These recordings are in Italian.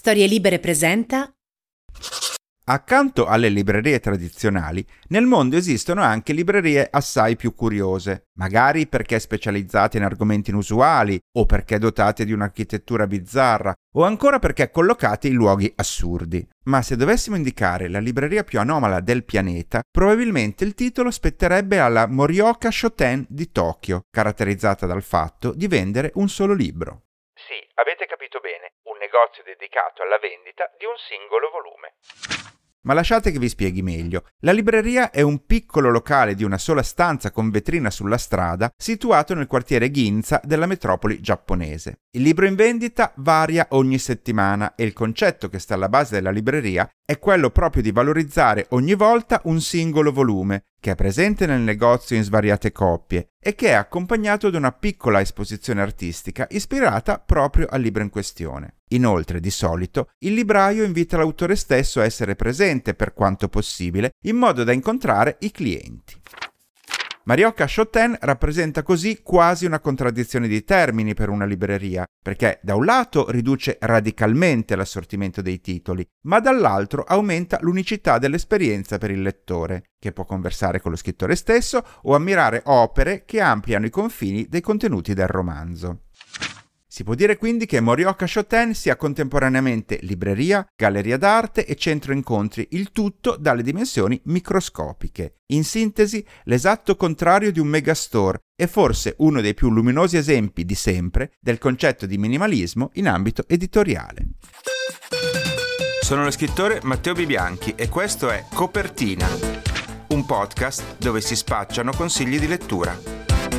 Storie Libere presenta. Accanto alle librerie tradizionali, nel mondo esistono anche librerie assai più curiose, magari perché specializzate in argomenti inusuali, o perché dotate di un'architettura bizzarra, o ancora perché collocate in luoghi assurdi. Ma se dovessimo indicare la libreria più anomala del pianeta, probabilmente il titolo spetterebbe alla Morioka Shoten di Tokyo, caratterizzata dal fatto di vendere un solo libro. Sì, avete capito bene, un negozio dedicato alla vendita di un singolo volume. Ma lasciate che vi spieghi meglio. La libreria è un piccolo locale di una sola stanza con vetrina sulla strada, situato nel quartiere Ginza della metropoli giapponese. Il libro in vendita varia ogni settimana e il concetto che sta alla base della libreria è quello proprio di valorizzare ogni volta un singolo volume, che è presente nel negozio in svariate coppie e che è accompagnato da una piccola esposizione artistica ispirata proprio al libro in questione. Inoltre, di solito, il libraio invita l'autore stesso a essere presente per quanto possibile, in modo da incontrare i clienti. Morioka Shoten rappresenta così quasi una contraddizione di termini per una libreria, perché da un lato riduce radicalmente l'assortimento dei titoli, ma dall'altro aumenta l'unicità dell'esperienza per il lettore, che può conversare con lo scrittore stesso o ammirare opere che ampliano i confini dei contenuti del romanzo. Si può dire quindi che Morioka Shoten sia contemporaneamente libreria, galleria d'arte e centro incontri, il tutto dalle dimensioni microscopiche. In sintesi, l'esatto contrario di un megastore e forse uno dei più luminosi esempi di sempre del concetto di minimalismo in ambito editoriale. Sono lo scrittore Matteo Bibianchi e questo è Copertina, un podcast dove si spacciano consigli di lettura.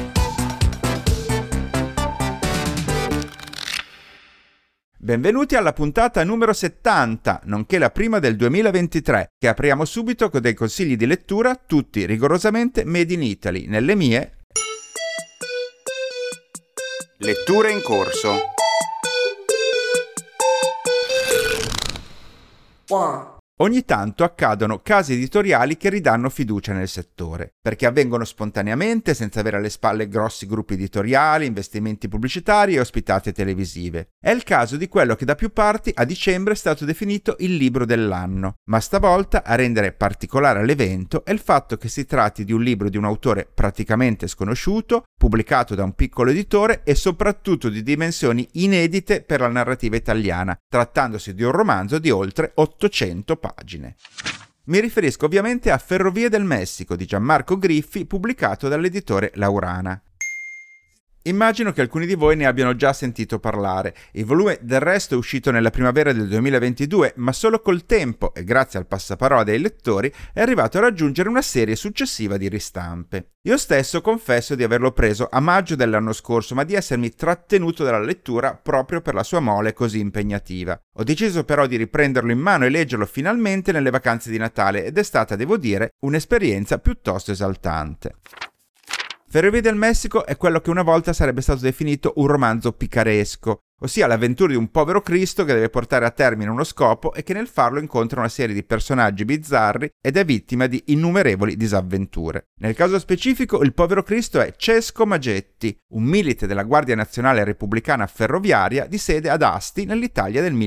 Benvenuti alla puntata numero 70, nonché la prima del 2023, che apriamo subito con dei consigli di lettura, tutti rigorosamente made in Italy, nelle mie letture in corso. Ogni tanto accadono casi editoriali che ridanno fiducia nel settore, perché avvengono spontaneamente senza avere alle spalle grossi gruppi editoriali, investimenti pubblicitari e ospitate televisive. È il caso di quello che da più parti a dicembre è stato definito il libro dell'anno, ma stavolta a rendere particolare l'evento è il fatto che si tratti di un libro di un autore praticamente sconosciuto, pubblicato da un piccolo editore e soprattutto di dimensioni inedite per la narrativa italiana, trattandosi di un romanzo di oltre 800 pagine. Mi riferisco ovviamente a Ferrovie del Messico di Gianmarco Griffi, pubblicato dall'editore Laurana. Immagino che alcuni di voi ne abbiano già sentito parlare. Il volume del resto è uscito nella primavera del 2022, ma solo col tempo e grazie al passaparola dei lettori è arrivato a raggiungere una serie successiva di ristampe. Io stesso confesso di averlo preso a maggio dell'anno scorso, ma di essermi trattenuto dalla lettura proprio per la sua mole così impegnativa. Ho deciso però di riprenderlo in mano e leggerlo finalmente nelle vacanze di Natale ed è stata, devo dire, un'esperienza piuttosto esaltante. Ferrovie del Messico è quello che una volta sarebbe stato definito un romanzo picaresco, ossia l'avventura di un povero Cristo che deve portare a termine uno scopo e che nel farlo incontra una serie di personaggi bizzarri ed è vittima di innumerevoli disavventure. Nel caso specifico il povero Cristo è Cesco Magetti, un milite della Guardia Nazionale Repubblicana Ferroviaria di sede ad Asti nell'Italia del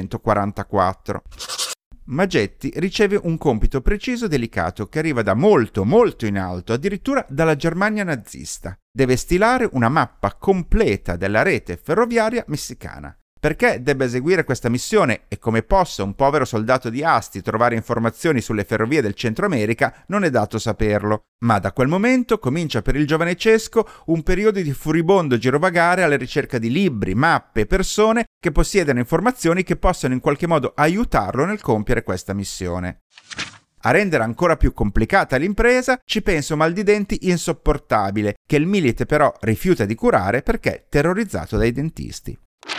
1944. Magetti riceve un compito preciso e delicato che arriva da molto molto in alto, addirittura dalla Germania nazista. Deve stilare una mappa completa della rete ferroviaria messicana. Perché debba eseguire questa missione e come possa un povero soldato di Asti trovare informazioni sulle ferrovie del Centro America non è dato saperlo, ma da quel momento comincia per il giovane Cesco un periodo di furibondo girovagare alla ricerca di libri, mappe e persone che possiedano informazioni che possano in qualche modo aiutarlo nel compiere questa missione. A rendere ancora più complicata l'impresa ci pensa un mal di denti insopportabile che il milite però rifiuta di curare perché terrorizzato dai dentisti.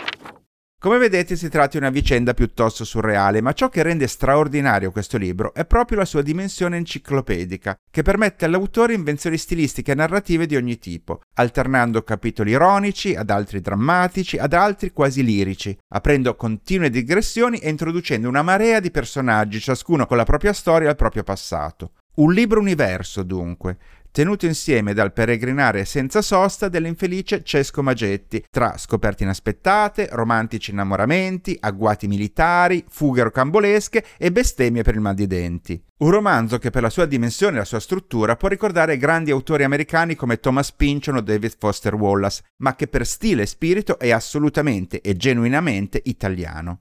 Come vedete si tratta di una vicenda piuttosto surreale, ma ciò che rende straordinario questo libro è proprio la sua dimensione enciclopedica, che permette all'autore invenzioni stilistiche e narrative di ogni tipo, alternando capitoli ironici ad altri drammatici, ad altri quasi lirici, aprendo continue digressioni e introducendo una marea di personaggi, ciascuno con la propria storia e il proprio passato. Un libro universo, dunque, tenuto insieme dal peregrinare senza sosta dell'infelice Cesco Magetti, tra scoperte inaspettate, romantici innamoramenti, agguati militari, fughe rocambolesche e bestemmie per il mal di denti. Un romanzo che per la sua dimensione e la sua struttura può ricordare grandi autori americani come Thomas Pynchon o David Foster Wallace, ma che per stile e spirito è assolutamente e genuinamente italiano.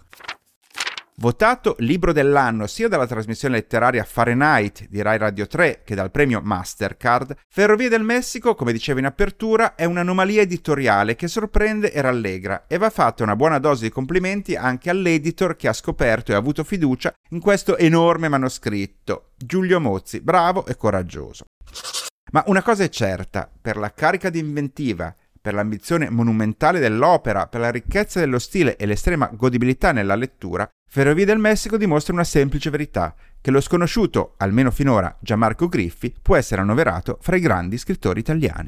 Votato libro dell'anno sia dalla trasmissione letteraria Fahrenheit di Rai Radio 3 che dal premio Mastercard, Ferrovie del Messico, come dicevo in apertura, è un'anomalia editoriale che sorprende e rallegra, e va fatta una buona dose di complimenti anche all'editor che ha scoperto e ha avuto fiducia in questo enorme manoscritto. Giulio Mozzi, bravo e coraggioso. Ma una cosa è certa, per la carica di inventiva, per l'ambizione monumentale dell'opera, per la ricchezza dello stile e l'estrema godibilità nella lettura, Ferrovie del Messico dimostra una semplice verità, che lo sconosciuto, almeno finora, Gianmarco Griffi, può essere annoverato fra i grandi scrittori italiani.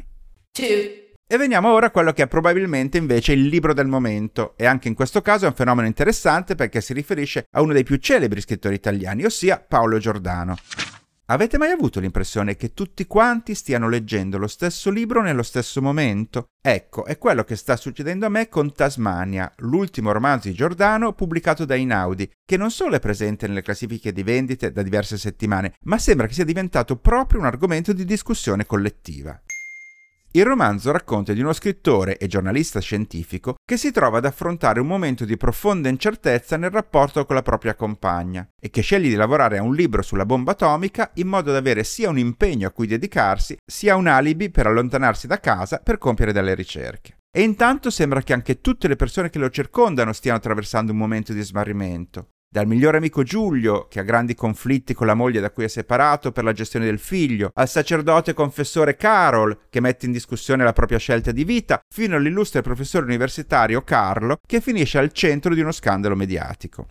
E veniamo ora a quello che è probabilmente invece il libro del momento, e anche in questo caso è un fenomeno interessante perché si riferisce a uno dei più celebri scrittori italiani, ossia Paolo Giordano. Avete mai avuto l'impressione che tutti quanti stiano leggendo lo stesso libro nello stesso momento? Ecco, è quello che sta succedendo a me con Tasmania, l'ultimo romanzo di Giordano pubblicato da Einaudi, che non solo è presente nelle classifiche di vendite da diverse settimane, ma sembra che sia diventato proprio un argomento di discussione collettiva. Il romanzo racconta di uno scrittore e giornalista scientifico che si trova ad affrontare un momento di profonda incertezza nel rapporto con la propria compagna e che sceglie di lavorare a un libro sulla bomba atomica in modo da avere sia un impegno a cui dedicarsi, sia un alibi per allontanarsi da casa per compiere delle ricerche. E intanto sembra che anche tutte le persone che lo circondano stiano attraversando un momento di smarrimento. Dal migliore amico Giulio, che ha grandi conflitti con la moglie da cui è separato per la gestione del figlio, al sacerdote confessore Carol, che mette in discussione la propria scelta di vita, fino all'illustre professore universitario Carlo, che finisce al centro di uno scandalo mediatico.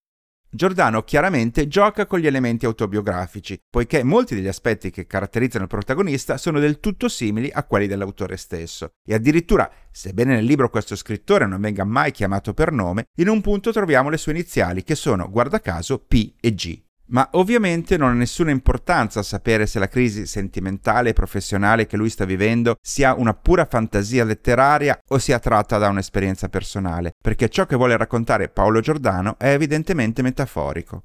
Giordano chiaramente gioca con gli elementi autobiografici, poiché molti degli aspetti che caratterizzano il protagonista sono del tutto simili a quelli dell'autore stesso. E addirittura, sebbene nel libro questo scrittore non venga mai chiamato per nome, in un punto troviamo le sue iniziali, che sono, guarda caso, P e G. Ma ovviamente non ha nessuna importanza sapere se la crisi sentimentale e professionale che lui sta vivendo sia una pura fantasia letteraria o sia tratta da un'esperienza personale, perché ciò che vuole raccontare Paolo Giordano è evidentemente metaforico.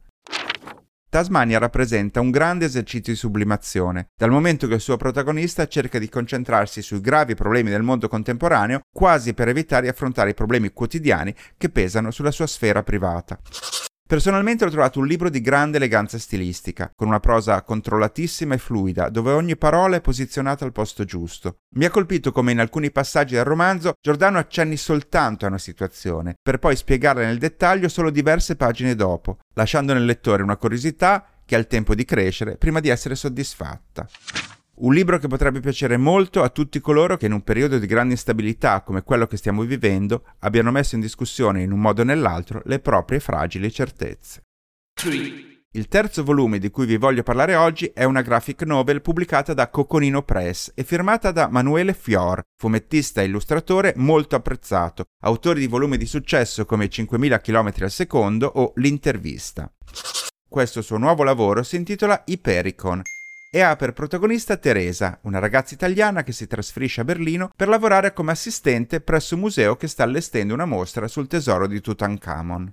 Tasmania rappresenta un grande esercizio di sublimazione, dal momento che il suo protagonista cerca di concentrarsi sui gravi problemi del mondo contemporaneo, quasi per evitare di affrontare i problemi quotidiani che pesano sulla sua sfera privata. Personalmente ho trovato un libro di grande eleganza stilistica, con una prosa controllatissima e fluida, dove ogni parola è posizionata al posto giusto. Mi ha colpito come in alcuni passaggi del romanzo Giordano accenni soltanto a una situazione, per poi spiegarla nel dettaglio solo diverse pagine dopo, lasciando nel lettore una curiosità che ha il tempo di crescere prima di essere soddisfatta. Un libro che potrebbe piacere molto a tutti coloro che in un periodo di grande instabilità come quello che stiamo vivendo abbiano messo in discussione in un modo o nell'altro le proprie fragili certezze. 3. Il terzo volume di cui vi voglio parlare oggi è una graphic novel pubblicata da Coconino Press e firmata da Manuele Fior, fumettista e illustratore molto apprezzato, autore di volumi di successo come 5.000 km al secondo o L'intervista. Questo suo nuovo lavoro si intitola Hypericon e ha per protagonista Teresa, una ragazza italiana che si trasferisce a Berlino per lavorare come assistente presso un museo che sta allestendo una mostra sul tesoro di Tutankhamon.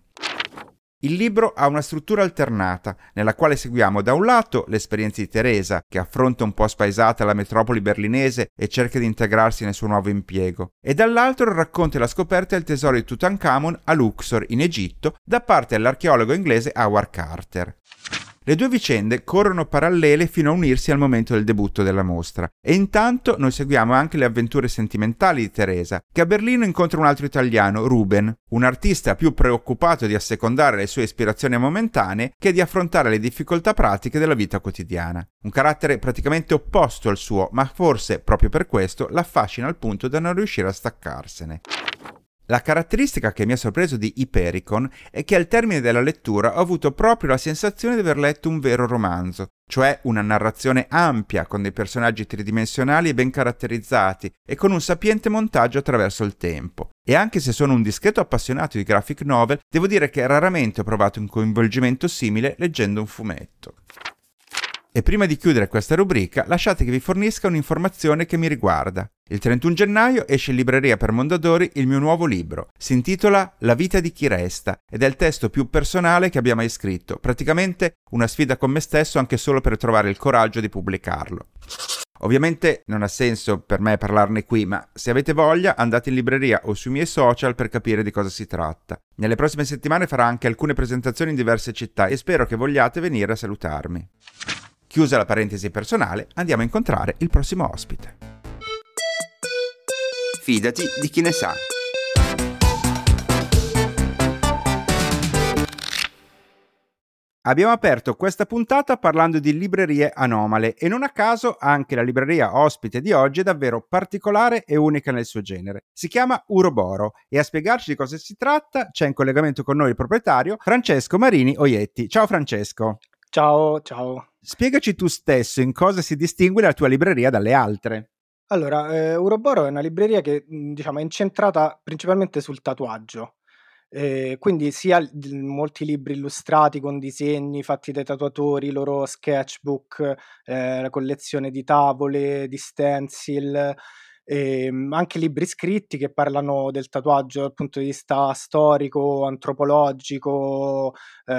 Il libro ha una struttura alternata, nella quale seguiamo da un lato l'esperienza di Teresa, che affronta un po' spaesata la metropoli berlinese e cerca di integrarsi nel suo nuovo impiego, e dall'altro il racconto e la scoperta del tesoro di Tutankhamon a Luxor, in Egitto, da parte dell'archeologo inglese Howard Carter. Le due vicende corrono parallele fino a unirsi al momento del debutto della mostra, e intanto noi seguiamo anche le avventure sentimentali di Teresa, che a Berlino incontra un altro italiano, Ruben, un artista più preoccupato di assecondare le sue ispirazioni momentanee che di affrontare le difficoltà pratiche della vita quotidiana. Un carattere praticamente opposto al suo, ma forse proprio per questo l'affascina al punto da non riuscire a staccarsene. La caratteristica che mi ha sorpreso di Hypericon è che al termine della lettura ho avuto proprio la sensazione di aver letto un vero romanzo, cioè una narrazione ampia con dei personaggi tridimensionali e ben caratterizzati e con un sapiente montaggio attraverso il tempo. E anche se sono un discreto appassionato di graphic novel, devo dire che raramente ho provato un coinvolgimento simile leggendo un fumetto. E prima di chiudere questa rubrica, lasciate che vi fornisca un'informazione che mi riguarda. Il 31 gennaio esce in libreria per Mondadori il mio nuovo libro. Si intitola La vita di chi resta ed è il testo più personale che abbia mai scritto, praticamente una sfida con me stesso anche solo per trovare il coraggio di pubblicarlo. Ovviamente non ha senso per me parlarne qui, ma se avete voglia andate in libreria o sui miei social per capire di cosa si tratta. Nelle prossime settimane farò anche alcune presentazioni in diverse città e spero che vogliate venire a salutarmi. Chiusa la parentesi personale, andiamo a incontrare il prossimo ospite. Fidati di chi ne sa. Abbiamo aperto questa puntata parlando di librerie anomale e non a caso anche la libreria ospite di oggi è davvero particolare e unica nel suo genere. Si chiama Uroboro e a spiegarci di cosa si tratta c'è in collegamento con noi il proprietario Francesco Marini Oietti. Ciao Francesco. Ciao. Spiegaci tu stesso in cosa si distingue la tua libreria dalle altre. Allora, Uroboro è una libreria che diciamo è incentrata principalmente sul tatuaggio. Quindi sia molti libri illustrati con disegni fatti dai tatuatori, i loro sketchbook, la collezione di tavole, di stencil, anche libri scritti che parlano del tatuaggio dal punto di vista storico, antropologico,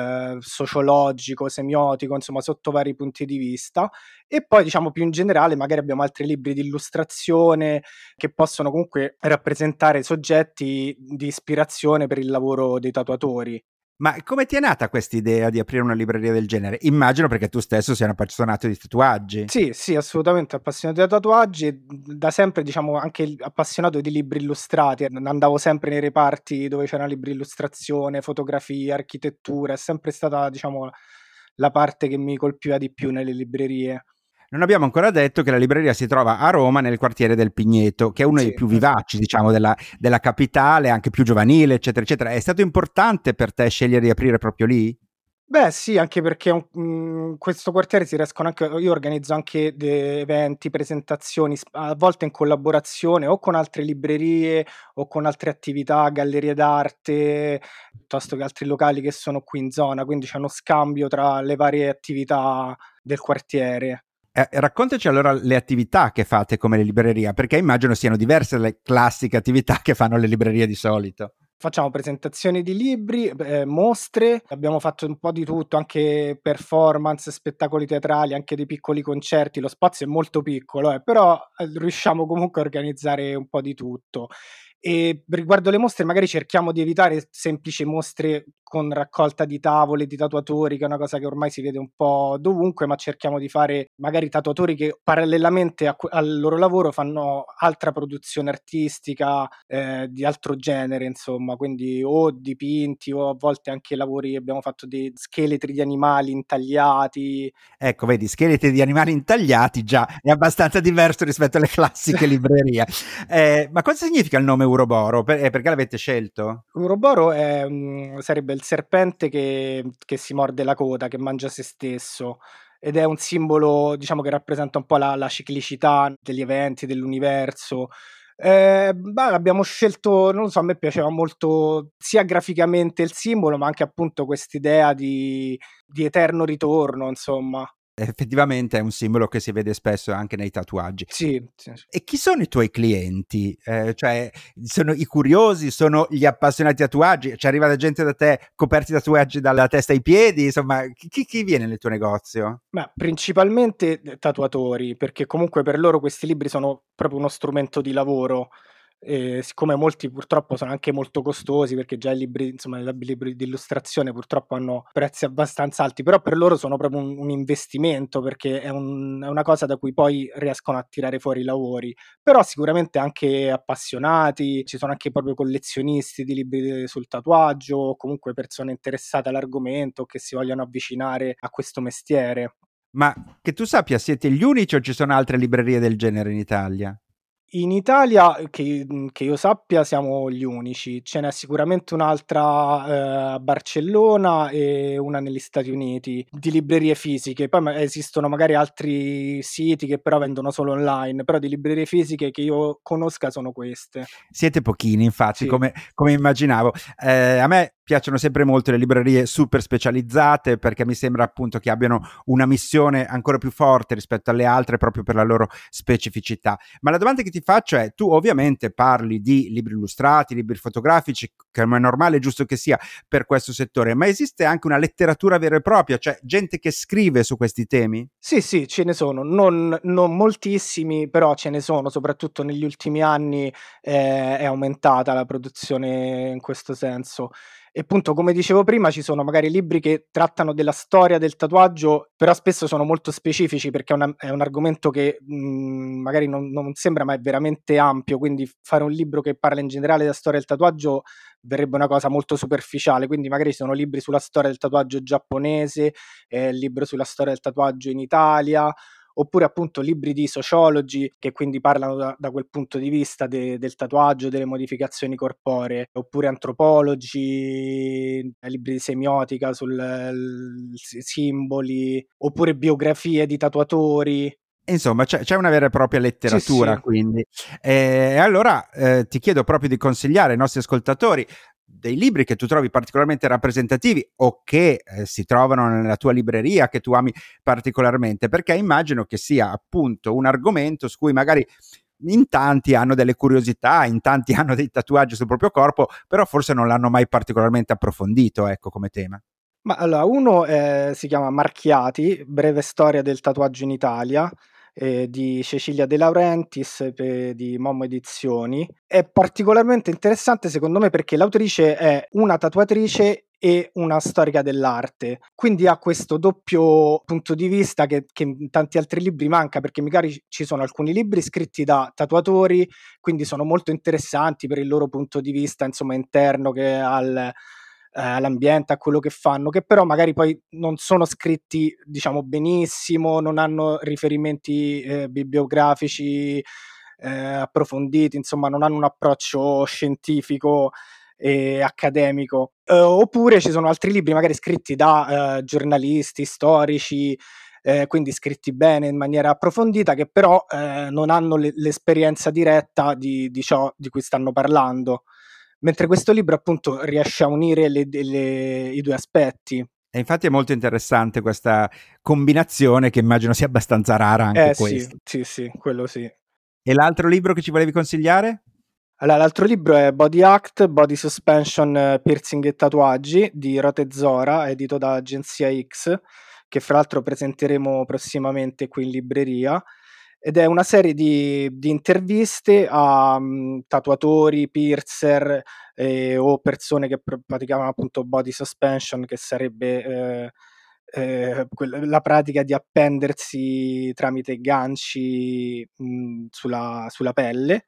sociologico, semiotico, insomma sotto vari punti di vista. E poi diciamo più in generale magari abbiamo altri libri di illustrazione che possono comunque rappresentare soggetti di ispirazione per il lavoro dei tatuatori. Ma come ti è nata questa idea di aprire una libreria del genere? Immagino perché tu stesso sei un appassionato di tatuaggi. Sì, assolutamente appassionato di tatuaggi e da sempre diciamo anche appassionato di libri illustrati. Andavo sempre nei reparti dove c'erano libri di illustrazione, fotografia, architettura, è sempre stata diciamo la parte che mi colpiva di più nelle librerie. Non abbiamo ancora detto che la libreria si trova a Roma nel quartiere del Pigneto, che è uno dei più vivaci, diciamo, della capitale, anche più giovanile, eccetera, eccetera. È stato importante per te scegliere di aprire proprio lì? Beh sì, anche perché questo quartiere si riescono anche io organizzo anche eventi, presentazioni, a volte in collaborazione o con altre librerie o con altre attività, gallerie d'arte, piuttosto che altri locali che sono qui in zona, quindi c'è uno scambio tra le varie attività del quartiere. Raccontaci allora le attività che fate come libreria, perché immagino siano diverse dalle classiche attività che fanno le librerie di solito. Facciamo presentazioni di libri, mostre, abbiamo fatto un po' di tutto, anche performance, spettacoli teatrali, anche dei piccoli concerti. Lo spazio è molto piccolo, però riusciamo comunque a organizzare un po' di tutto. E riguardo le mostre magari cerchiamo di evitare semplici mostre con raccolta di tavole, di tatuatori, che è una cosa che ormai si vede un po' dovunque, ma cerchiamo di fare magari tatuatori che parallelamente al loro lavoro fanno altra produzione artistica, di altro genere, insomma, quindi o dipinti o a volte anche lavori, abbiamo fatto dei scheletri di animali intagliati. Ecco, vedi, scheletri di animali intagliati già è abbastanza diverso rispetto alle classiche librerie. Ma cosa significa il nome Uroboro? Perché l'avete scelto? Uroboro sarebbe il serpente che si morde la coda, che mangia se stesso, ed è un simbolo, diciamo, che rappresenta un po' la ciclicità degli eventi, dell'universo. Abbiamo scelto, non lo so, a me piaceva molto sia graficamente il simbolo, ma anche appunto quest'idea di eterno ritorno, insomma. Effettivamente è un simbolo che si vede spesso anche nei tatuaggi. Sì. E chi sono i tuoi clienti? Cioè, sono i curiosi, sono gli appassionati di tatuaggi? Ci arriva la gente da te coperti di tatuaggi dalla testa ai piedi? Insomma, chi viene nel tuo negozio? Principalmente tatuatori, perché comunque per loro questi libri sono proprio uno strumento di lavoro. Siccome molti purtroppo sono anche molto costosi, perché già i libri, insomma, i libri di illustrazione purtroppo hanno prezzi abbastanza alti, però per loro sono proprio un investimento, perché è una cosa da cui poi riescono a tirare fuori i lavori. Però sicuramente anche appassionati, ci sono anche proprio collezionisti di libri sul tatuaggio, o comunque persone interessate all'argomento che si vogliono avvicinare a questo mestiere. Ma che tu sappia, siete gli unici o ci sono altre librerie del genere in Italia? In Italia, che io sappia, siamo gli unici. Ce n'è sicuramente un'altra, a Barcellona e una negli Stati Uniti, di librerie fisiche. Poi esistono magari altri siti che però vendono solo online, però di librerie fisiche che io conosca sono queste. Siete pochini, infatti, Sì. come immaginavo. A me piacciono sempre molto le librerie super specializzate, perché mi sembra appunto che abbiano una missione ancora più forte rispetto alle altre proprio per la loro specificità. Ma la domanda che ti faccio è: tu ovviamente parli di libri illustrati, libri fotografici, che è normale e giusto che sia per questo settore, ma esiste anche una letteratura vera e propria, cioè gente che scrive su questi temi? Sì, ce ne sono, non moltissimi, però ce ne sono, soprattutto negli ultimi anni, è aumentata la produzione in questo senso. E appunto, come dicevo prima, ci sono magari libri che trattano della storia del tatuaggio, però spesso sono molto specifici perché è un argomento che, magari non sembra, ma è veramente ampio, quindi fare un libro che parla in generale della storia del tatuaggio verrebbe una cosa molto superficiale, quindi magari ci sono libri sulla storia del tatuaggio giapponese, il libro sulla storia del tatuaggio in Italia, oppure appunto libri di sociology che quindi parlano da quel punto di vista del tatuaggio, delle modificazioni corporee, oppure antropologi, libri di semiotica sul simboli, oppure biografie di tatuatori. Insomma, c'è una vera e propria Sì, letteratura, sì. quindi. E allora ti chiedo proprio di consigliare ai nostri ascoltatori dei libri che tu trovi particolarmente rappresentativi o che si trovano nella tua libreria, che tu ami particolarmente, perché immagino che sia appunto un argomento su cui magari in tanti hanno delle curiosità, in tanti hanno dei tatuaggi sul proprio corpo, però forse non l'hanno mai particolarmente approfondito, ecco, come tema. Ma allora, uno si chiama Marchiati, breve storia del tatuaggio in Italia, di Cecilia De Laurentiis, di Mommo Edizioni. È particolarmente interessante secondo me perché l'autrice è una tatuatrice e una storica dell'arte, quindi ha questo doppio punto di vista che in tanti altri libri manca, perché magari ci sono alcuni libri scritti da tatuatori, quindi sono molto interessanti per il loro punto di vista, insomma, interno, che all'ambiente, a quello che fanno, che però magari poi non sono scritti, diciamo, benissimo, non hanno riferimenti bibliografici approfonditi, insomma, non hanno un approccio scientifico e accademico. Oppure ci sono altri libri magari scritti da giornalisti, storici, quindi scritti bene in maniera approfondita, che però non hanno l'esperienza diretta di ciò di cui stanno parlando. Mentre questo libro appunto riesce a unire i due aspetti. E infatti è molto interessante questa combinazione, che immagino sia abbastanza rara anche Sì, questa. sì, quello sì. E l'altro libro che ci volevi consigliare? Allora, l'altro libro è Body Act, Body Suspension, Piercing e Tatuaggi di Rote Zora, edito da Agenzia X, che fra l'altro presenteremo prossimamente qui in libreria, ed è una serie di interviste a tatuatori, piercer o persone che praticavano appunto body suspension, che sarebbe la pratica di appendersi tramite ganci sulla pelle.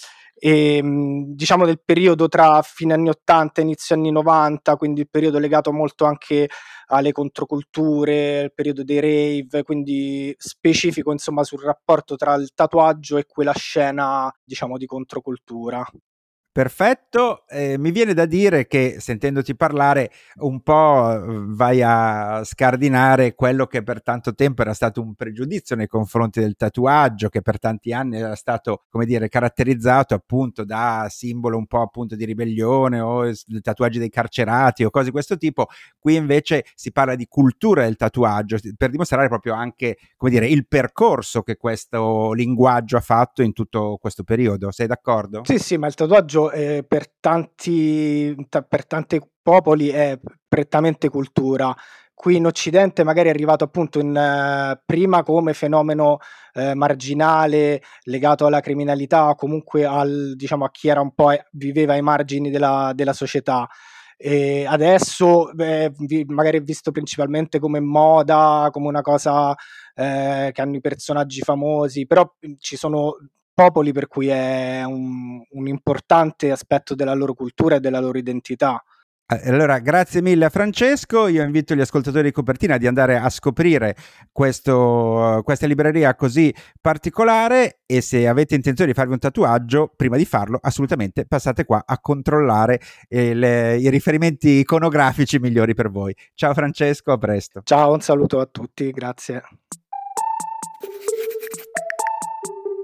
Diciamo del periodo tra fine anni 80 e inizio anni 90, quindi il periodo legato molto anche alle controculture, il periodo dei rave, quindi specifico insomma sul rapporto tra il tatuaggio e quella scena, diciamo, di controcultura. Perfetto, mi viene da dire che sentendoti parlare un po' vai a scardinare quello che per tanto tempo era stato un pregiudizio nei confronti del tatuaggio, che per tanti anni era stato, come dire, caratterizzato appunto da simbolo un po' appunto di ribellione o tatuaggi dei carcerati o cose di questo tipo. Qui invece si parla di cultura del tatuaggio, per dimostrare proprio anche, come dire, il percorso che questo linguaggio ha fatto in tutto questo periodo. Sei d'accordo? Sì, ma il tatuaggio per tanti popoli è prettamente cultura. Qui in Occidente magari è arrivato appunto prima come fenomeno marginale, legato alla criminalità o comunque diciamo, a chi era un po' viveva ai margini della società. E adesso magari è visto principalmente come moda, come una cosa che hanno i personaggi famosi, però ci sono popoli per cui è un importante aspetto della loro cultura e della loro identità. Allora, grazie mille a Francesco. Io invito gli ascoltatori di Copertina di andare a scoprire questa libreria così particolare, e se avete intenzione di farvi un tatuaggio, prima di farlo assolutamente passate qua a controllare i riferimenti iconografici migliori per voi. Ciao Francesco, a presto. Ciao, un saluto a tutti, grazie.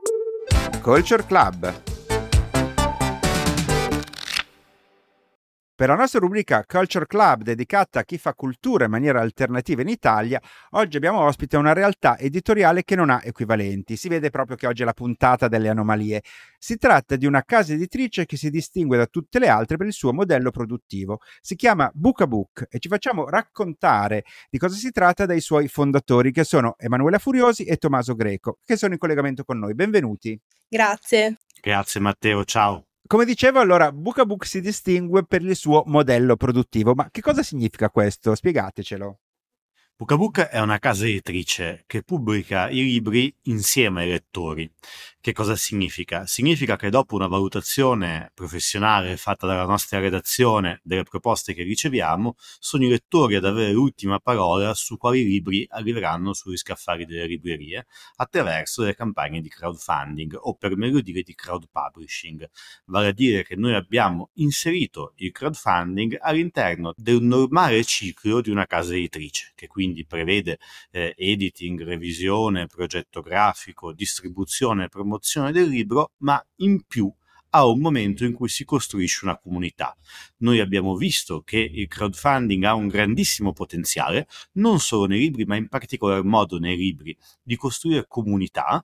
Culture Club. Per la nostra rubrica Culture Club, dedicata a chi fa cultura in maniera alternativa in Italia, oggi abbiamo ospite una realtà editoriale che non ha equivalenti. Si vede proprio che oggi è la puntata delle anomalie. Si tratta di una casa editrice che si distingue da tutte le altre per il suo modello produttivo. Si chiama Book a Book e ci facciamo raccontare di cosa si tratta dai suoi fondatori, che sono Emanuela Furiosi e Tommaso Greco, che sono in collegamento con noi. Benvenuti. Grazie. Grazie Matteo, ciao. Come dicevo, allora, Book a Book si distingue per il suo modello produttivo, ma che cosa significa questo? Spiegatecelo. Book a Book è una casa editrice che pubblica i libri insieme ai lettori. Che cosa significa? Significa che dopo una valutazione professionale fatta dalla nostra redazione delle proposte che riceviamo, sono i lettori ad avere l'ultima parola su quali libri arriveranno sugli scaffali delle librerie attraverso delle campagne di crowdfunding o, per meglio dire, di crowd publishing. Vale a dire che noi abbiamo inserito il crowdfunding all'interno del normale ciclo di una casa editrice, che quindi prevede editing, revisione, progetto grafico, distribuzione, promozione del libro, ma in più a un momento in cui si costruisce una comunità. Noi abbiamo visto che il crowdfunding ha un grandissimo potenziale, non solo nei libri, ma in particolar modo nei libri, di costruire comunità.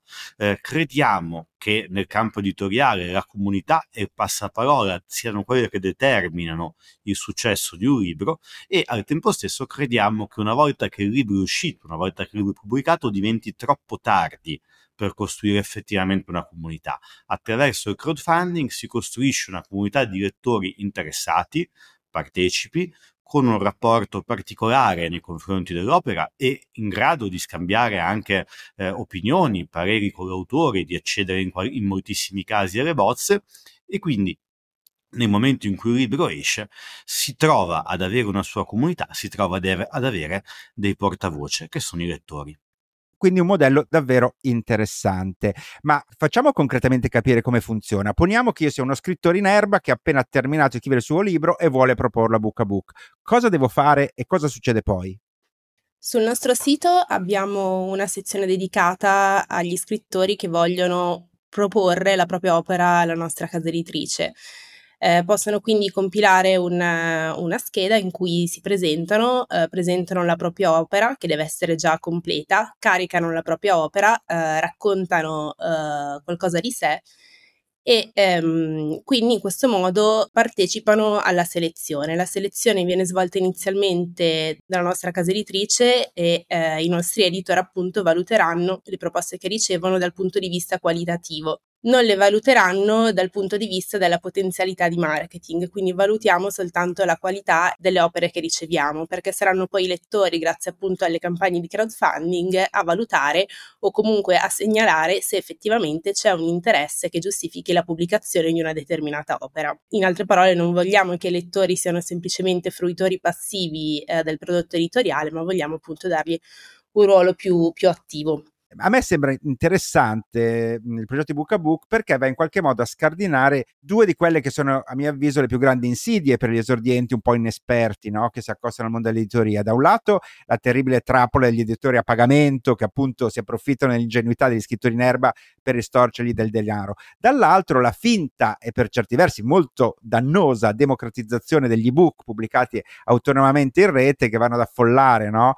Crediamo che nel campo editoriale la comunità e il passaparola siano quelle che determinano il successo di un libro, e al tempo stesso crediamo che una volta che il libro è uscito, una volta che il libro è pubblicato, diventi troppo tardi per costruire effettivamente una comunità. Attraverso il crowdfunding si costruisce una comunità di lettori interessati, partecipi, con un rapporto particolare nei confronti dell'opera e in grado di scambiare anche opinioni, pareri con l'autore, di accedere in moltissimi casi alle bozze, e quindi nel momento in cui il libro esce si trova ad avere una sua comunità, si trova ad avere dei portavoce che sono i lettori. Quindi un modello davvero interessante. Ma facciamo concretamente capire come funziona. Poniamo che io sia uno scrittore in erba che ha appena terminato di scrivere il suo libro e vuole proporlo a Book a Book. Cosa devo fare e cosa succede poi? Sul nostro sito abbiamo una sezione dedicata agli scrittori che vogliono proporre la propria opera alla nostra casa editrice. Possono quindi compilare una scheda in cui si presentano la propria opera, che deve essere già completa, caricano la propria opera, raccontano qualcosa di sé e quindi in questo modo partecipano alla selezione. La selezione viene svolta inizialmente dalla nostra casa editrice e i nostri editor appunto valuteranno le proposte che ricevono dal punto di vista qualitativo. Non le valuteranno dal punto di vista della potenzialità di marketing, quindi valutiamo soltanto la qualità delle opere che riceviamo, perché saranno poi i lettori, grazie appunto alle campagne di crowdfunding, a valutare o comunque a segnalare se effettivamente c'è un interesse che giustifichi la pubblicazione di una determinata opera. In altre parole, non vogliamo che i lettori siano semplicemente fruitori passivi del prodotto editoriale, ma vogliamo appunto dargli un ruolo più attivo. A me sembra interessante il progetto di Book a Book perché va in qualche modo a scardinare due di quelle che sono, a mio avviso, le più grandi insidie per gli esordienti un po' inesperti, no? Che si accostano al mondo dell'editoria. Da un lato la terribile trappola degli editori a pagamento che appunto si approfittano dell'ingenuità degli scrittori in erba per ristorcergli del denaro. Dall'altro la finta e per certi versi molto dannosa democratizzazione degli ebook pubblicati autonomamente in rete, che vanno ad affollare, no?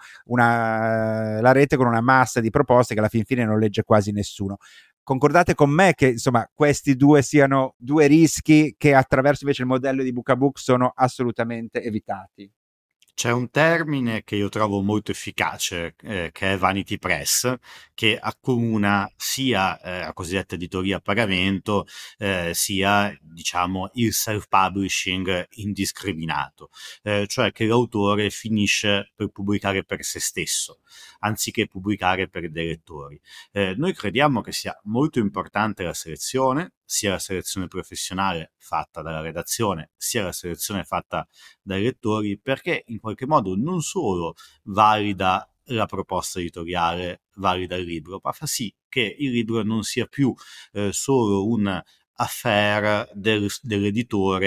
La rete con una massa di proposte che alla fin fine non legge quasi nessuno. Concordate con me che insomma questi due siano due rischi che attraverso invece il modello di Book a Book sono assolutamente evitati? C'è un termine che io trovo molto efficace, che è Vanity Press, che accomuna sia la cosiddetta editoria a pagamento, sia diciamo il self-publishing indiscriminato, cioè che l'autore finisce per pubblicare per se stesso, anziché pubblicare per dei lettori. Noi crediamo che sia molto importante la selezione, sia la selezione professionale fatta dalla redazione, sia la selezione fatta dai lettori, perché in qualche modo non solo valida la proposta editoriale, valida il libro, ma fa sì che il libro non sia più solo un affaire dell'editore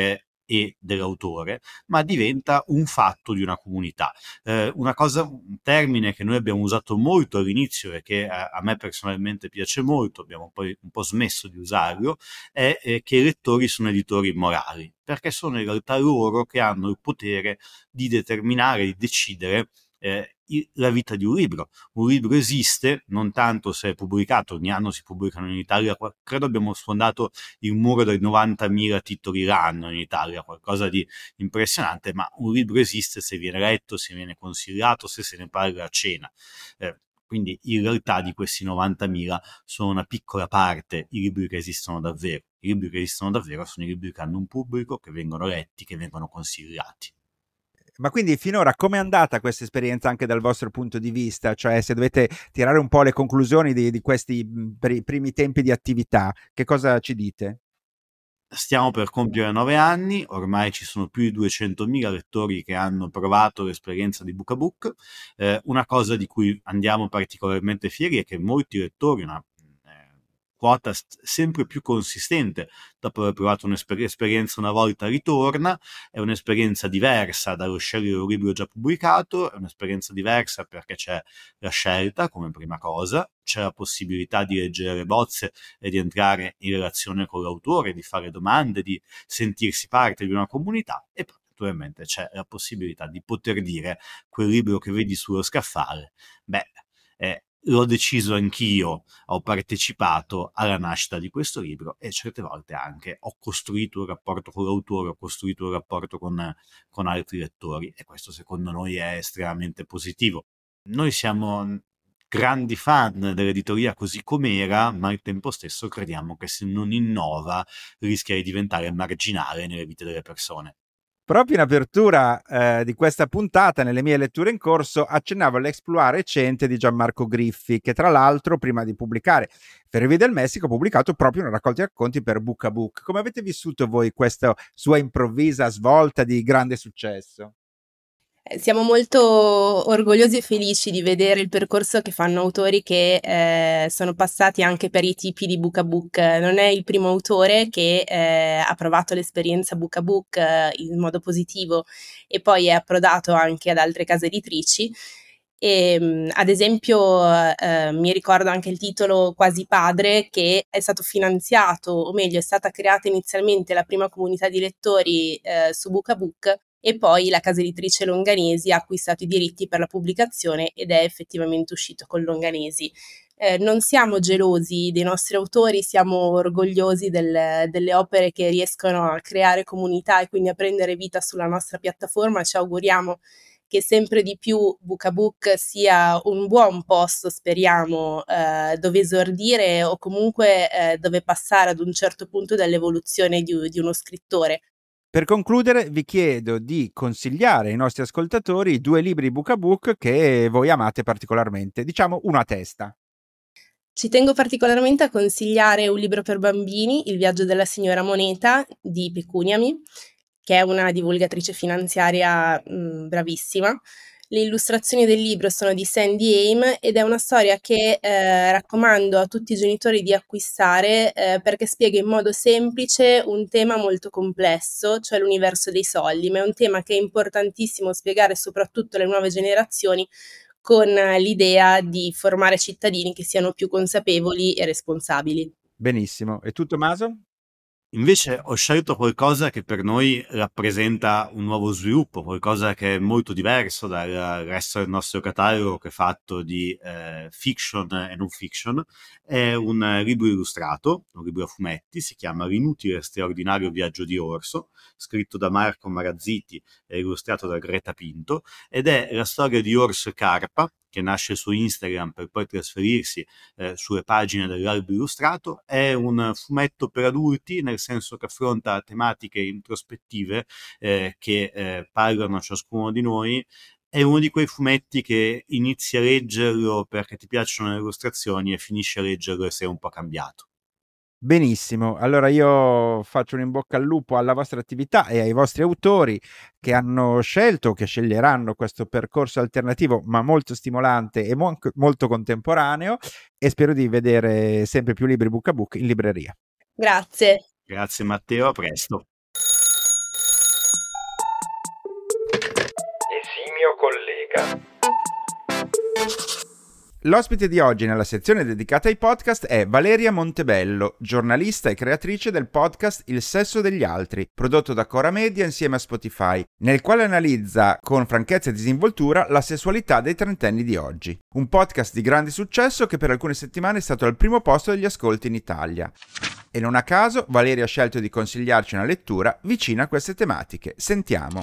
e dell'autore, ma diventa un fatto di una comunità. Un termine che noi abbiamo usato molto all'inizio e che a me personalmente piace molto, abbiamo poi un po' smesso di usarlo, è che i lettori sono editori morali, perché sono in realtà loro che hanno il potere di determinare, di decidere la vita di un libro. Un libro esiste non tanto se è pubblicato, ogni anno si pubblicano in Italia, credo abbiamo sfondato il muro dei 90.000 titoli l'anno in Italia, qualcosa di impressionante, ma un libro esiste se viene letto, se viene consigliato, se ne parla a cena. Quindi in realtà di questi 90.000 sono una piccola parte i libri che esistono davvero. I libri che esistono davvero sono i libri che hanno un pubblico, che vengono letti, che vengono consigliati. Ma quindi finora com'è andata questa esperienza anche dal vostro punto di vista? Cioè, se dovete tirare un po' le conclusioni di questi primi tempi di attività, che cosa ci dite? Stiamo per compiere 9 anni, ormai ci sono più di 200.000 lettori che hanno provato l'esperienza di Book a Book. Una cosa di cui andiamo particolarmente fieri è che molti lettori, una quota sempre più consistente, dopo aver provato un'esperienza una volta ritorna. È un'esperienza diversa dallo scegliere un libro già pubblicato, è un'esperienza diversa perché c'è la scelta come prima cosa, c'è la possibilità di leggere le bozze e di entrare in relazione con l'autore, di fare domande, di sentirsi parte di una comunità, e poi naturalmente c'è la possibilità di poter dire quel libro che vedi sullo scaffale, l'ho deciso anch'io, ho partecipato alla nascita di questo libro e certe volte anche ho costruito un rapporto con l'autore, ho costruito un rapporto con altri lettori, e questo secondo noi è estremamente positivo. Noi siamo grandi fan dell'editoria così com'era, ma al tempo stesso crediamo che se non innova rischia di diventare marginale nelle vite delle persone. Proprio in apertura di questa puntata, nelle mie letture in corso, accennavo all'exploit recente di Gianmarco Griffi, che tra l'altro, prima di pubblicare Ferrovie del Messico, ha pubblicato proprio una raccolta di racconti per Book a Book. Come avete vissuto voi questa sua improvvisa svolta di grande successo? Siamo molto orgogliosi e felici di vedere il percorso che fanno autori che sono passati anche per i tipi di Book a Book. Non è il primo autore che ha provato l'esperienza Book a Book in modo positivo e poi è approdato anche ad altre case editrici. E, ad esempio, mi ricordo anche il titolo Quasi Padre, che è stato finanziato, o meglio, è stata creata inizialmente la prima comunità di lettori su Book a Book, e poi la casa editrice Longanesi ha acquistato i diritti per la pubblicazione ed è effettivamente uscito con Longanesi. Non siamo gelosi dei nostri autori, siamo orgogliosi delle opere che riescono a creare comunità e quindi a prendere vita sulla nostra piattaforma. Ci auguriamo che sempre di più Book a Book sia un buon posto, speriamo, dove esordire o comunque dove passare ad un certo punto dell'evoluzione di uno scrittore. Per concludere, vi chiedo di consigliare ai nostri ascoltatori 2 libri Book a Book che voi amate particolarmente, diciamo uno a testa. Ci tengo particolarmente a consigliare un libro per bambini, Il viaggio della signora Moneta di Pecuniami, che è una divulgatrice finanziaria bravissima. Le illustrazioni del libro sono di Sandy Haim ed è una storia che raccomando a tutti i genitori di acquistare perché spiega in modo semplice un tema molto complesso, cioè l'universo dei soldi, ma è un tema che è importantissimo spiegare soprattutto alle nuove generazioni, con l'idea di formare cittadini che siano più consapevoli e responsabili. Benissimo. E tu, Tommaso? Invece ho scelto qualcosa che per noi rappresenta un nuovo sviluppo, qualcosa che è molto diverso dal resto del nostro catalogo, che è fatto di fiction e non fiction. È un libro illustrato, un libro a fumetti, si chiama L'inutile e straordinario viaggio di Orso, scritto da Marco Marazziti e illustrato da Greta Pinto, ed è la storia di Orso e Carpa, che nasce su Instagram per poi trasferirsi sulle pagine dell'albo illustrato. È un fumetto per adulti, nel senso che affronta tematiche introspettive che parlano a ciascuno di noi. È uno di quei fumetti che inizi a leggerlo perché ti piacciono le illustrazioni e finisci a leggerlo e sei un po' cambiato. Benissimo, allora io faccio un in bocca al lupo alla vostra attività e ai vostri autori che hanno scelto, che sceglieranno questo percorso alternativo ma molto stimolante e molto contemporaneo, e spero di vedere sempre più libri Book a Book in libreria. Grazie. Grazie Matteo, a presto. Podcast. L'ospite di oggi nella sezione dedicata ai podcast è Valeria Montebello, giornalista e creatrice del podcast Il sesso degli altri, prodotto da Cora Media insieme a Spotify, nel quale analizza con franchezza e disinvoltura la sessualità dei trentenni di oggi. Un podcast di grande successo che per alcune settimane è stato al primo posto degli ascolti in Italia. E non a caso Valeria ha scelto di consigliarci una lettura vicina a queste tematiche. Sentiamo.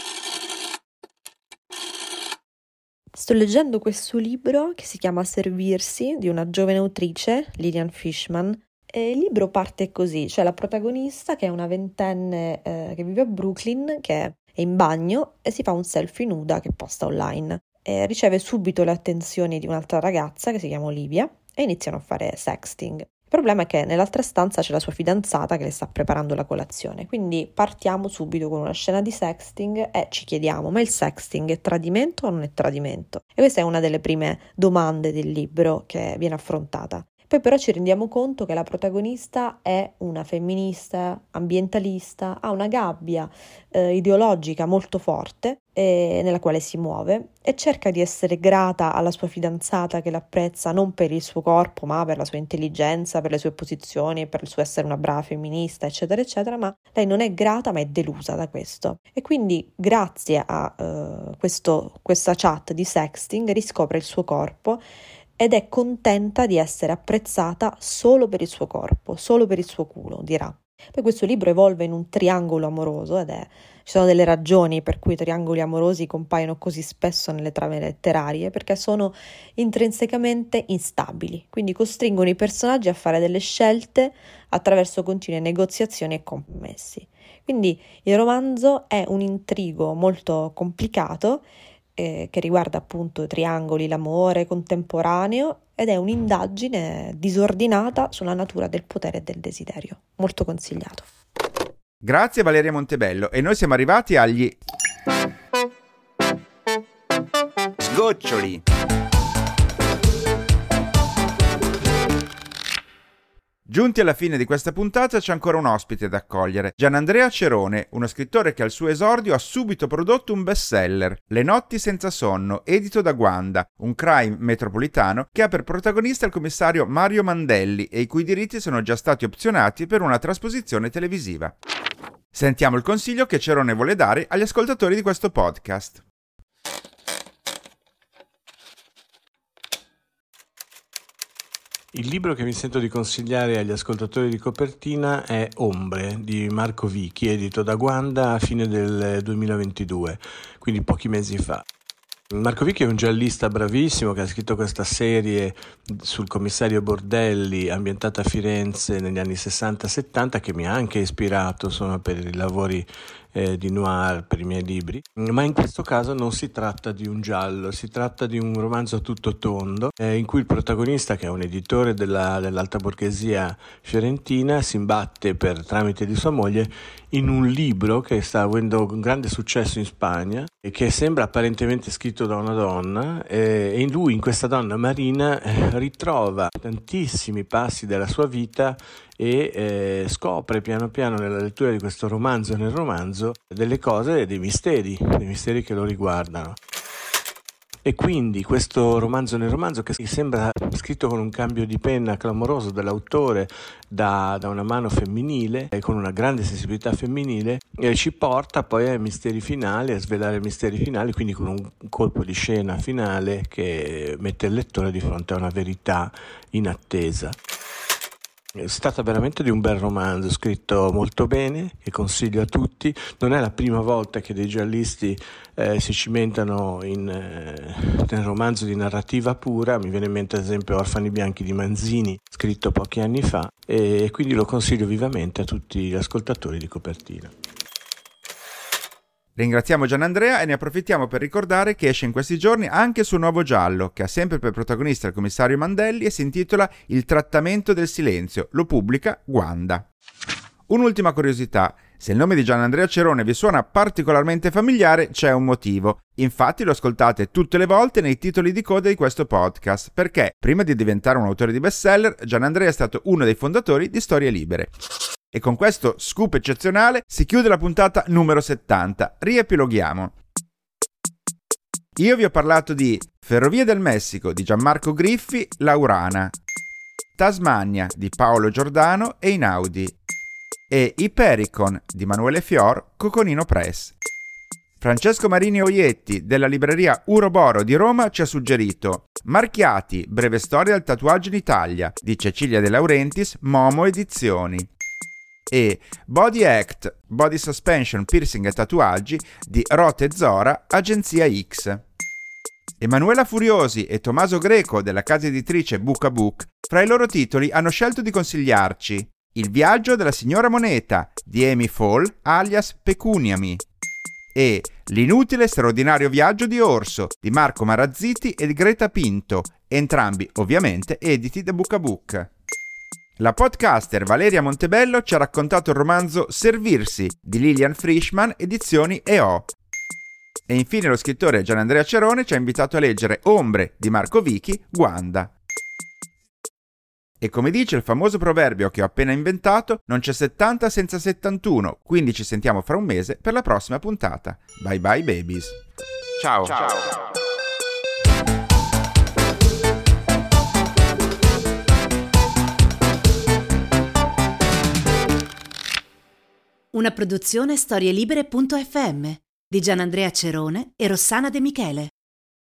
Sto leggendo questo libro che si chiama Servirsi, di una giovane autrice, Lillian Fishman, e il libro parte così, c'è la protagonista che è una ventenne che vive a Brooklyn, che è in bagno e si fa un selfie nuda che posta online. E riceve subito le attenzioni di un'altra ragazza che si chiama Olivia e iniziano a fare sexting. Il problema è che nell'altra stanza c'è la sua fidanzata che le sta preparando la colazione, quindi partiamo subito con una scena di sexting e ci chiediamo: ma il sexting è tradimento o non è tradimento? E questa è una delle prime domande del libro che viene affrontata. Poi però ci rendiamo conto che la protagonista è una femminista, ambientalista, ha una gabbia ideologica molto forte nella quale si muove e cerca di essere grata alla sua fidanzata che l'apprezza non per il suo corpo ma per la sua intelligenza, per le sue posizioni, per il suo essere una brava femminista, eccetera, eccetera, ma lei non è grata ma è delusa da questo. E quindi grazie a questa chat di sexting riscopre il suo corpo ed è contenta di essere apprezzata solo per il suo corpo, solo per il suo culo, dirà. Poi questo libro evolve in un triangolo amoroso ci sono delle ragioni per cui i triangoli amorosi compaiono così spesso nelle trame letterarie, perché sono intrinsecamente instabili, quindi costringono i personaggi a fare delle scelte attraverso continue negoziazioni e compromessi. Quindi il romanzo è un intrigo molto complicato che riguarda appunto triangoli, l'amore contemporaneo, ed è un'indagine disordinata sulla natura del potere e del desiderio. Molto consigliato. Grazie Valeria Montebello, e noi siamo arrivati agli sgoccioli. Giunti alla fine di questa puntata c'è ancora un ospite da accogliere, Gianandrea Cerone, uno scrittore che al suo esordio ha subito prodotto un bestseller, Le notti senza sonno, edito da Guanda, un crime metropolitano che ha per protagonista il commissario Mario Mandelli e i cui diritti sono già stati opzionati per una trasposizione televisiva. Sentiamo il consiglio che Cerone vuole dare agli ascoltatori di questo podcast. Il libro che mi sento di consigliare agli ascoltatori di Copertina è Ombre di Marco Vicchi, edito da Guanda a fine del 2022, quindi pochi mesi fa. Marco Vicchi è un giallista bravissimo che ha scritto questa serie sul commissario Bordelli ambientata a Firenze negli anni 60-70 che mi ha anche ispirato per i lavori di noir, per i miei libri, ma in questo caso non si tratta di un giallo, si tratta di un romanzo a tutto tondo in cui il protagonista, che è un editore dell'alta borghesia fiorentina, si imbatte per tramite di sua moglie in un libro che sta avendo un grande successo in Spagna e che sembra apparentemente scritto da una donna, e in questa donna Marina ritrova tantissimi passi della sua vita e scopre piano piano nella lettura di questo romanzo, nel romanzo, delle cose, dei misteri che lo riguardano. E quindi questo romanzo nel romanzo, che sembra scritto con un cambio di penna clamoroso dell'autore da una mano femminile e con una grande sensibilità femminile, ci porta poi ai misteri finali, a svelare i misteri finali, quindi con un colpo di scena finale che mette il lettore di fronte a una verità inattesa. Si tratta veramente di un bel romanzo scritto molto bene, che consiglio a tutti. Non è la prima volta che dei giallisti si cimentano nel romanzo di narrativa pura. Mi viene in mente ad esempio Orfani bianchi di Manzini, scritto pochi anni fa, e quindi lo consiglio vivamente a tutti gli ascoltatori di Copertina. Ringraziamo Gianandrea e ne approfittiamo per ricordare che esce in questi giorni anche il suo nuovo giallo, che ha sempre per protagonista il commissario Mandelli e si intitola Il trattamento del silenzio. Lo pubblica Guanda. Un'ultima curiosità: se il nome di Gianandrea Cerone vi suona particolarmente familiare, c'è un motivo. Infatti lo ascoltate tutte le volte nei titoli di coda di questo podcast, perché prima di diventare un autore di bestseller, Gianandrea è stato uno dei fondatori di Storie Libere. E con questo scoop eccezionale si chiude la puntata numero 70. Riepiloghiamo. Io vi ho parlato di Ferrovie del Messico di Gianmarco Griffi, Laurana, Tasmania di Paolo Giordano e Inaudi e Ipericon di Manuele Fior, Coconino Press. Francesco Marini Oietti della libreria Uroboro di Roma ci ha suggerito Marchiati, breve storia del tatuaggio in Italia di Cecilia De Laurentiis, Momo Edizioni e Body Act, Body Suspension, Piercing e Tatuaggi di Rote Zora, Agenzia X. Emanuela Furiosi e Tommaso Greco della casa editrice Book a Book fra i loro titoli hanno scelto di consigliarci Il viaggio della signora Moneta di Amy Fall alias Pecuniami e L'inutile straordinario viaggio di Orso di Marco Marazziti e di Greta Pinto, entrambi ovviamente editi da Book a Book. La podcaster Valeria Montebello ci ha raccontato il romanzo Servirsi di Lilian Frischman, edizioni EO. E infine lo scrittore Gianandrea Cerone ci ha invitato a leggere Ombre di Marco Vichi, Guanda. E come dice il famoso proverbio che ho appena inventato, non c'è 70 senza 71, quindi ci sentiamo fra un mese per la prossima puntata. Bye bye babies. Ciao. Una produzione storielibere.fm di Gianandrea Cerone e Rossana De Michele.